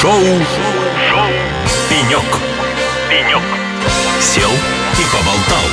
Шоу «Пенек». Сел и поболтал.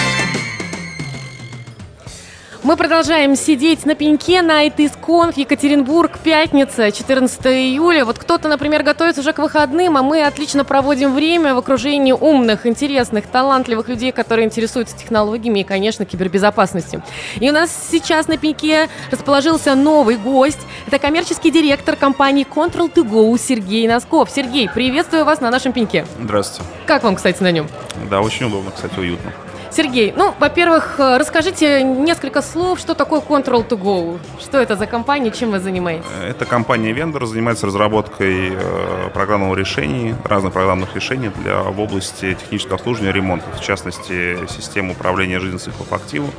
Мы продолжаем сидеть на пеньке на ITIS-Conf Екатеринбург, пятница, 14 июля. Вот кто-то, например, готовится уже к выходным, а мы отлично проводим время в окружении умных, интересных, талантливых людей, которые интересуются технологиями и, конечно, кибербезопасностью. И у нас сейчас на пеньке расположился новый гость. Это коммерческий директор компании Control2Go Сергей Носков. Сергей, приветствую вас на нашем пеньке. Здравствуйте. Как вам, кстати, на нем? Да, очень удобно, кстати, уютно. Сергей, во-первых, расскажите несколько слов, что такое Control2Go, что это за компания, чем вы занимаетесь? Это компания-вендор, занимается разработкой программного решений, разных программных решений в области технического обслуживания и ремонта, в частности, система управления жизненных циклов активов,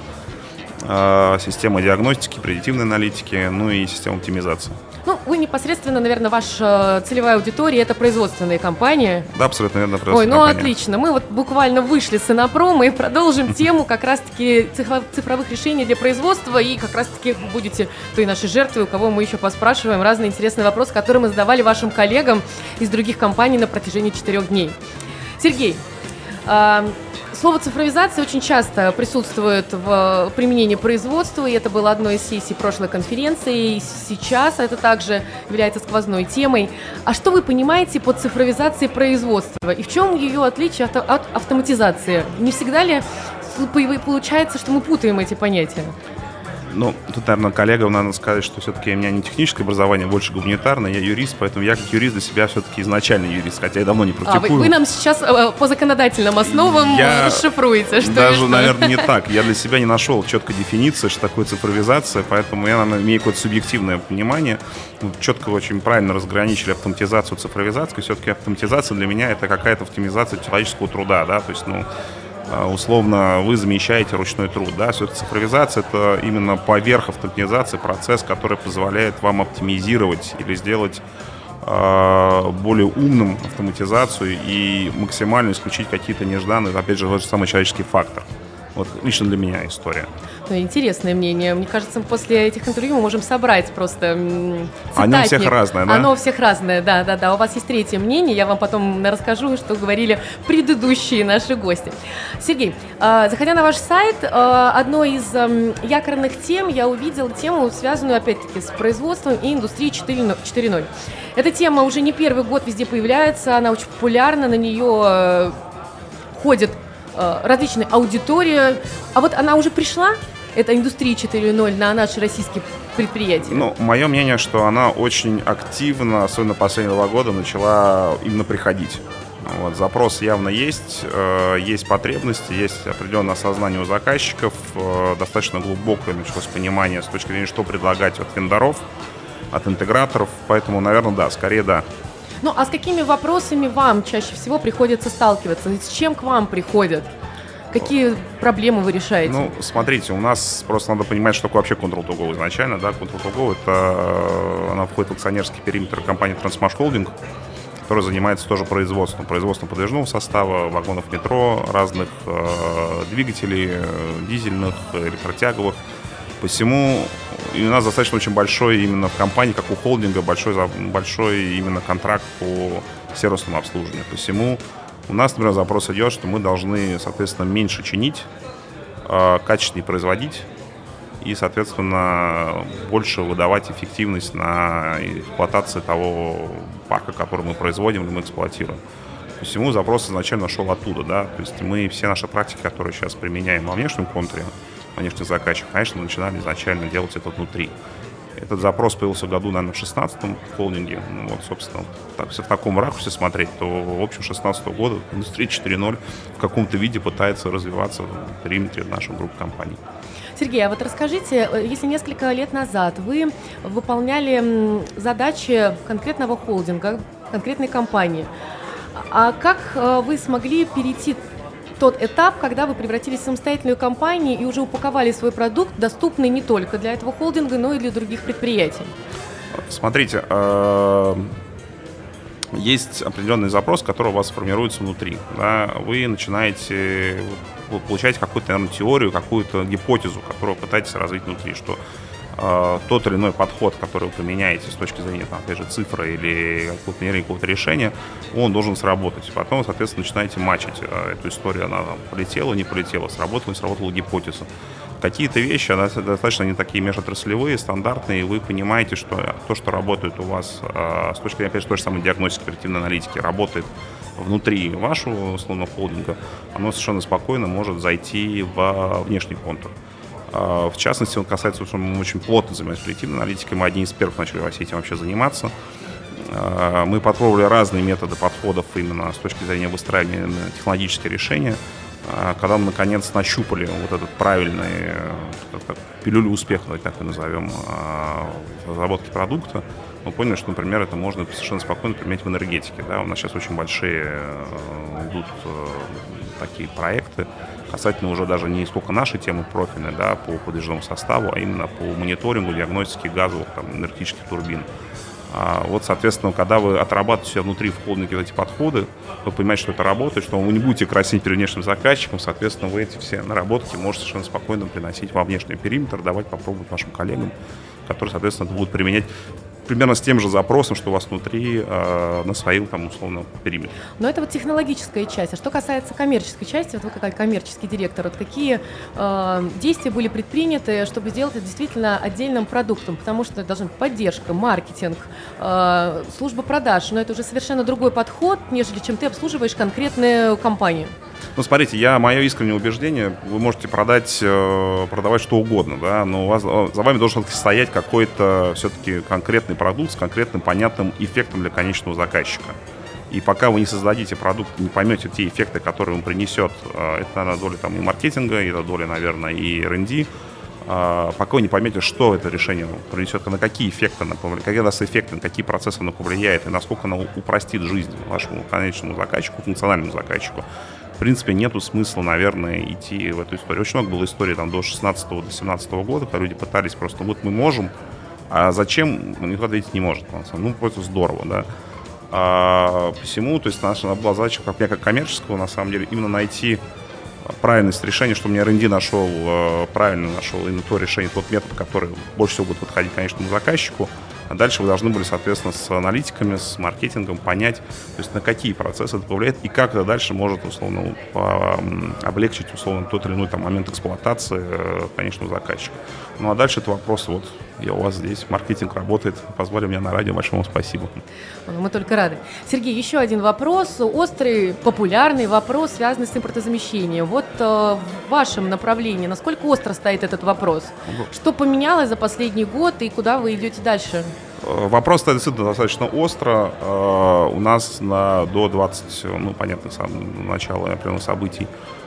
система диагностики, предиктивной аналитики, ну и система оптимизации. Вы непосредственно, наверное, ваша целевая аудитория – это производственные компании. Да, абсолютно верно, производственные компании. Отлично. Мы вот буквально вышли с инопрома и продолжим тему как раз-таки цифровых решений для производства. И как раз-таки будете той нашей жертвой, у кого мы еще поспрашиваем разные интересные вопросы, которые мы задавали вашим коллегам из других компаний на протяжении 4 дней. Сергей, слово «цифровизация» очень часто присутствует в применении производства, и это было одной из сессий прошлой конференции, и сейчас это также является сквозной темой. А что вы понимаете под цифровизацией производства, и в чем ее отличие от автоматизации? Не всегда ли получается, что мы путаем эти понятия? Тут, наверное, коллегам надо сказать, что все-таки у меня не техническое образование, больше гуманитарное, я юрист, поэтому я как юрист для себя все-таки изначально юрист, хотя я давно не практикую. Вы нам сейчас по законодательным основам расшифруете, что даже, наверное, не так. Я для себя не нашел четкой дефиниции, что такое цифровизация, поэтому я, наверное, имею какое-то субъективное понимание. Четко, очень правильно разграничили автоматизацию и цифровизацию. Все-таки автоматизация для меня это какая-то оптимизация человеческого труда, да, то есть, условно, вы замещаете ручной труд, да, все-таки цифровизация — это именно поверх автоматизации процесс, который позволяет вам оптимизировать или сделать более умным автоматизацию и максимально исключить какие-то нежданные, опять же, тот же самый человеческий фактор. Вот лично для меня история. Интересное мнение. Мне кажется, после этих интервью мы можем собрать просто цитатник. Оно у всех разное, да? Оно у всех разное, да. У вас есть третье мнение, я вам потом расскажу, что говорили предыдущие наши гости. Сергей, заходя на ваш сайт, одной из якорных тем я увидела тему, связанную, опять-таки, с производством и индустрией 4.0. Эта тема уже не первый год везде появляется, она очень популярна, на нее ходят различные аудитории. А вот она уже пришла, эта индустрия 4.0, на наши российские предприятия? Мое мнение, что она очень активно, особенно последние 2 года, начала именно приходить. Запрос явно есть потребности, есть определенное осознание у заказчиков, достаточно глубокое началось понимание с точки зрения, что предлагать от вендоров, от интеграторов, поэтому, наверное, да, скорее да. А с какими вопросами вам чаще всего приходится сталкиваться? С чем к вам приходят? Какие проблемы вы решаете? Смотрите, у нас просто надо понимать, что такое вообще Control2Go изначально. Да? Control2Go она входит в акционерский периметр компании Transmash Holding, которая занимается тоже производством подвижного состава, вагонов метро, разных двигателей, дизельных, электротяговых. Посему и у нас достаточно очень большой именно в компании, как у холдинга, большой именно контракт по сервисному обслуживанию. Посему у нас, например, запрос идет, что мы должны, соответственно, меньше чинить, качественнее производить и, соответственно, больше выдавать эффективность на эксплуатации того парка, который мы производим или мы эксплуатируем. Посему запрос изначально шел оттуда, да, то есть мы все наши практики, которые сейчас применяем во внешнем контуре, внешних заказчиков, конечно, мы начинали изначально делать это внутри. Этот запрос появился в году, наверное, в 2016 в холдинге. Собственно, если в таком ракурсе смотреть, то, в общем, 2016 года индустрия 4.0 в каком-то виде пытается развиваться в периметре наших групп компаний. Сергей, а вот расскажите, если несколько лет назад вы выполняли задачи конкретного холдинга, конкретной компании, а как вы смогли перейти тот этап, когда вы превратились в самостоятельную компанию и уже упаковали свой продукт, доступный не только для этого холдинга, но и для других предприятий? Смотрите, есть определенный запрос, который у вас формируется внутри. Да? Вы начинаете, вы получаете какую-то, наверное, теорию, какую-то гипотезу, которую пытаетесь развить внутри, что тот или иной подход, который вы применяете с точки зрения, там, опять же, цифры или какого-то решения, он должен сработать. Потом, соответственно, начинаете матчить эту историю, она там полетела, не полетела, сработала, не сработала гипотеза. Какие-то вещи, они достаточно не такие межотраслевые, стандартные, и вы понимаете, что то, что работает у вас с точки зрения, опять же, той же самой диагностики, оперативной аналитики, работает внутри вашего, условно, холдинга, оно совершенно спокойно может зайти во внешний контур. В частности, он касается, что мы очень плотно занимаемся оперативной аналитикой, мы одни из первых начали в России этим вообще заниматься. Мы попробовали разные методы подходов именно с точки зрения выстраивания технологических решений. Когда мы, наконец, нащупали вот этот правильный пилюлю успеха, давайте так и назовем, в разработке продукта, мы поняли, что, например, это можно совершенно спокойно применять в энергетике. Да? У нас сейчас очень большие идут такие проекты, касательно уже даже не сколько нашей темы профильной, да, по подвижному составу, а именно по мониторингу, диагностике газовых энергетических турбин. Вот, соответственно, когда вы отрабатываете себя внутри в холдинге эти подходы, вы понимаете, что это работает, что вы не будете краснеть перед внешним заказчиком, соответственно, вы эти все наработки можете совершенно спокойно приносить во внешний периметр, давать попробовать вашим коллегам, которые, соответственно, это будут применять примерно с тем же запросом, что у вас внутри на своем, там, условно, периметре. Но это вот технологическая часть. А что касается коммерческой части, вот вы как коммерческий директор, вот какие действия были предприняты, чтобы сделать это действительно отдельным продуктом? Потому что это должна быть поддержка, маркетинг, служба продаж. Но это уже совершенно другой подход, нежели чем ты обслуживаешь конкретную компанию. Ну, смотрите, мое искреннее убеждение, вы можете продавать что угодно, да, но за вами должен стоять какой-то все-таки конкретный продукт с конкретным понятным эффектом для конечного заказчика. И пока вы не создадите продукт, не поймете те эффекты, которые он принесет, это, наверное, доля там, и маркетинга, это доля, наверное, и R&D, пока вы не поймете, что это решение принесет, на какие эффекты, какие даст эффекты, на какие процессы оно повлияет, и насколько оно упростит жизнь вашему конечному заказчику, функциональному заказчику, в принципе, нету смысла, наверное, идти в эту историю. Очень много было историй там, до 16-го, до 17-го года, когда люди пытались просто, вот мы можем, а зачем, никто ответить не может. Ну, просто здорово, да. Посему, то есть наша была задача, как меня, как коммерческого, на самом деле, именно найти правильность решения, что мне R&D правильно нашел именно то решение, тот метод, который больше всего будет подходить конечному заказчику. А дальше вы должны были, соответственно, с аналитиками, с маркетингом понять, то есть на какие процессы это повлияет и как это дальше может, условно, облегчить, условно, тот или иной там, момент эксплуатации конечного заказчика. Ну а дальше это вопрос, вот я у вас здесь, маркетинг работает, позвали меня на радио, большое вам спасибо. Мы только рады. Сергей, еще один вопрос, острый, популярный вопрос, связанный с импортозамещением. Вот в вашем направлении, насколько остро стоит этот вопрос? Что поменялось за последний год и куда вы идете дальше? Вопрос стоит действительно достаточно остро. У нас до 20, понятно, начала определенных событий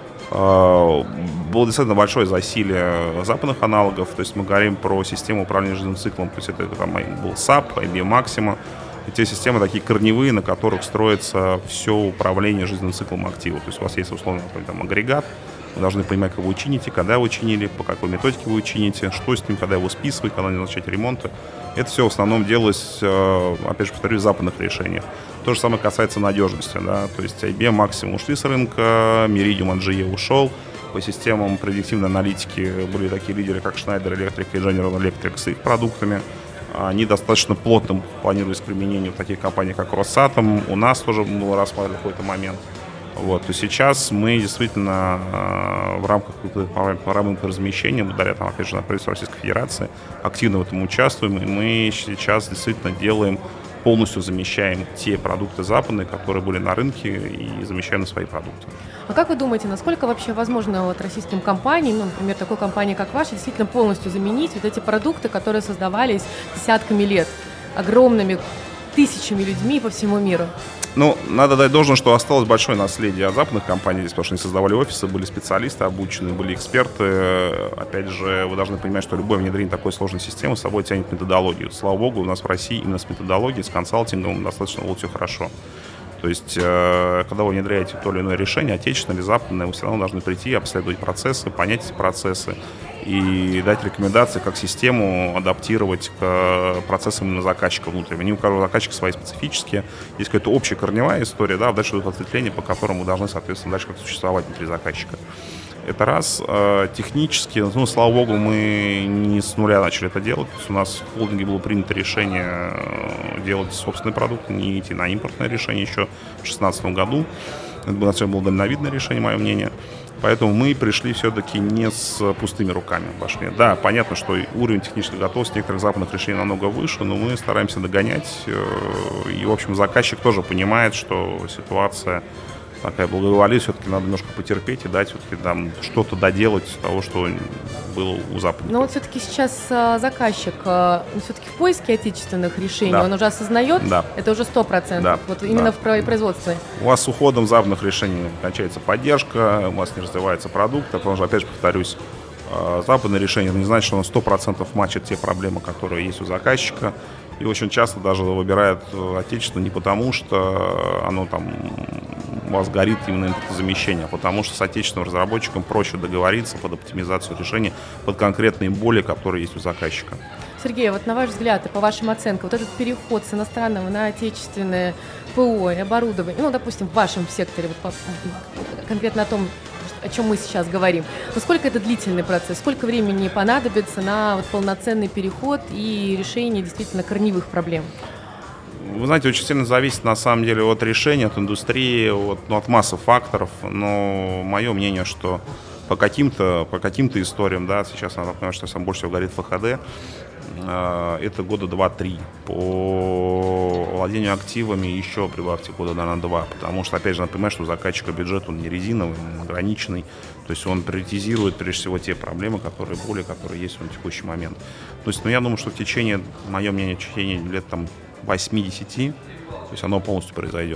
было действительно большое засилие западных аналогов, то есть мы говорим про систему управления жизненным циклом, то есть это там был SAP, IBM Maxima, и те системы такие корневые, на которых строится все управление жизненным циклом актива, то есть у вас есть условно там агрегат, вы должны понимать, как вы его чините, когда вы чинили, по какой методике вы его чините, что с ним, когда его списывать, когда назначать ремонты. Это все в основном делалось, опять же, повторюсь, в западных решениях. То же самое касается надежности. Да? То есть IBM Maxima ушли с рынка, Meridium NGE ушел. По системам предиктивной аналитики были такие лидеры, как Schneider Electric и General Electric с их продуктами. Они достаточно плотно планировались к применению в таких компаниях, как Росатом. У нас тоже было рассматривали в какой-то момент. Вот, то сейчас мы действительно в рамках программы по размещению, благодаря, там, опять же, правительству Российской Федерации, активно в этом участвуем, и мы сейчас действительно полностью замещаем те продукты западные, которые были на рынке, и замещаем на свои продукты. А как вы думаете, насколько вообще возможно российским компаниям, например, такой компании, как ваша, действительно полностью заменить вот эти продукты, которые создавались десятками лет, огромными тысячами людьми по всему миру? Надо дать должное, что осталось большое наследие от западных компаний, здесь, потому что они создавали офисы, были специалисты обученные, были эксперты. Опять же, вы должны понимать, что любое внедрение такой сложной системы с собой тянет методологию. Слава богу, у нас в России именно с методологией, с консалтингом достаточно все хорошо. То есть, когда вы внедряете то или иное решение, отечественное или западное, вы все равно должны прийти, обследовать процессы, понять эти процессы и дать рекомендации, как систему адаптировать к процессам именно заказчика внутреннего. У каждого заказчика свои специфические. Есть какая-то общая корневая история, да, дальше идут ответвления, по которым вы должны, соответственно, дальше как-то существовать внутри заказчика. Это раз. Технически, ну, слава богу, мы не с нуля начали это делать. То есть у нас в холдинге было принято решение делать собственный продукт, не идти на импортное решение еще в 2016 году. Это было дальновидное решение, мое мнение. Поэтому мы пришли все-таки не с пустыми руками пошли. Да, понятно, что уровень технической готовности некоторых западных решений намного выше, но мы стараемся догонять. И, в общем, заказчик тоже понимает, что ситуация такая благоволит, все-таки надо немножко потерпеть и дать все-таки там что-то доделать из того, что было у западников. Но вот все-таки сейчас заказчик все-таки в поиске отечественных решений, да. Он уже осознает, да. Это уже 100%, да. вот именно да. в производстве. У вас с уходом западных решений кончается поддержка, у вас не развивается продукт, потому что, опять же, повторюсь, западное решение не значит, что оно 100% матчит те проблемы, которые есть у заказчика. И очень часто даже выбирают отечественное не потому, что оно там у вас горит именно импортозамещение, а потому что с отечественным разработчиком проще договориться под оптимизацию решения, под конкретные боли, которые есть у заказчика. Сергей, вот на ваш взгляд и по вашим оценкам, вот этот переход с иностранного на отечественное ПО и оборудование, ну, допустим, в вашем секторе, вот, конкретно о чем мы сейчас говорим, насколько это длительный процесс, сколько времени понадобится на вот полноценный переход и решение действительно корневых проблем? Вы знаете, очень сильно зависит на самом деле от решения, от индустрии, от массы факторов, но мое мнение, что по каким-то историям, да, сейчас надо понимать, что сам больше всего говорит ФХД, это года 2-3. По владению активами еще прибавьте года, наверное, 2, потому что, опять же, надо понимать, что у заказчика бюджет, он не резиновый, он ограниченный, то есть он приоритизирует, прежде всего, те проблемы, которые есть на текущий момент. То есть, я думаю, что в течение, мое мнение, в течение лет там 8-10, то есть оно полностью произойдет.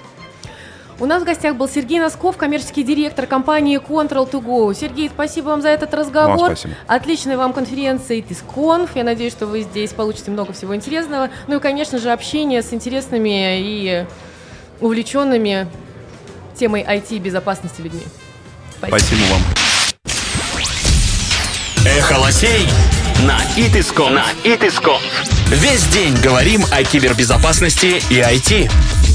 У нас в гостях был Сергей Носков, коммерческий директор компании Control2Go. Сергей, спасибо вам за этот разговор. Вам спасибо. Отличной вам конференции TISConf. Я надеюсь, что вы здесь получите много всего интересного. Ну и, конечно же, общение с интересными и увлеченными темой IT и безопасности людьми. Спасибо вам. Эхо Лосей на ИТИСКО. Весь день говорим о кибербезопасности и IT.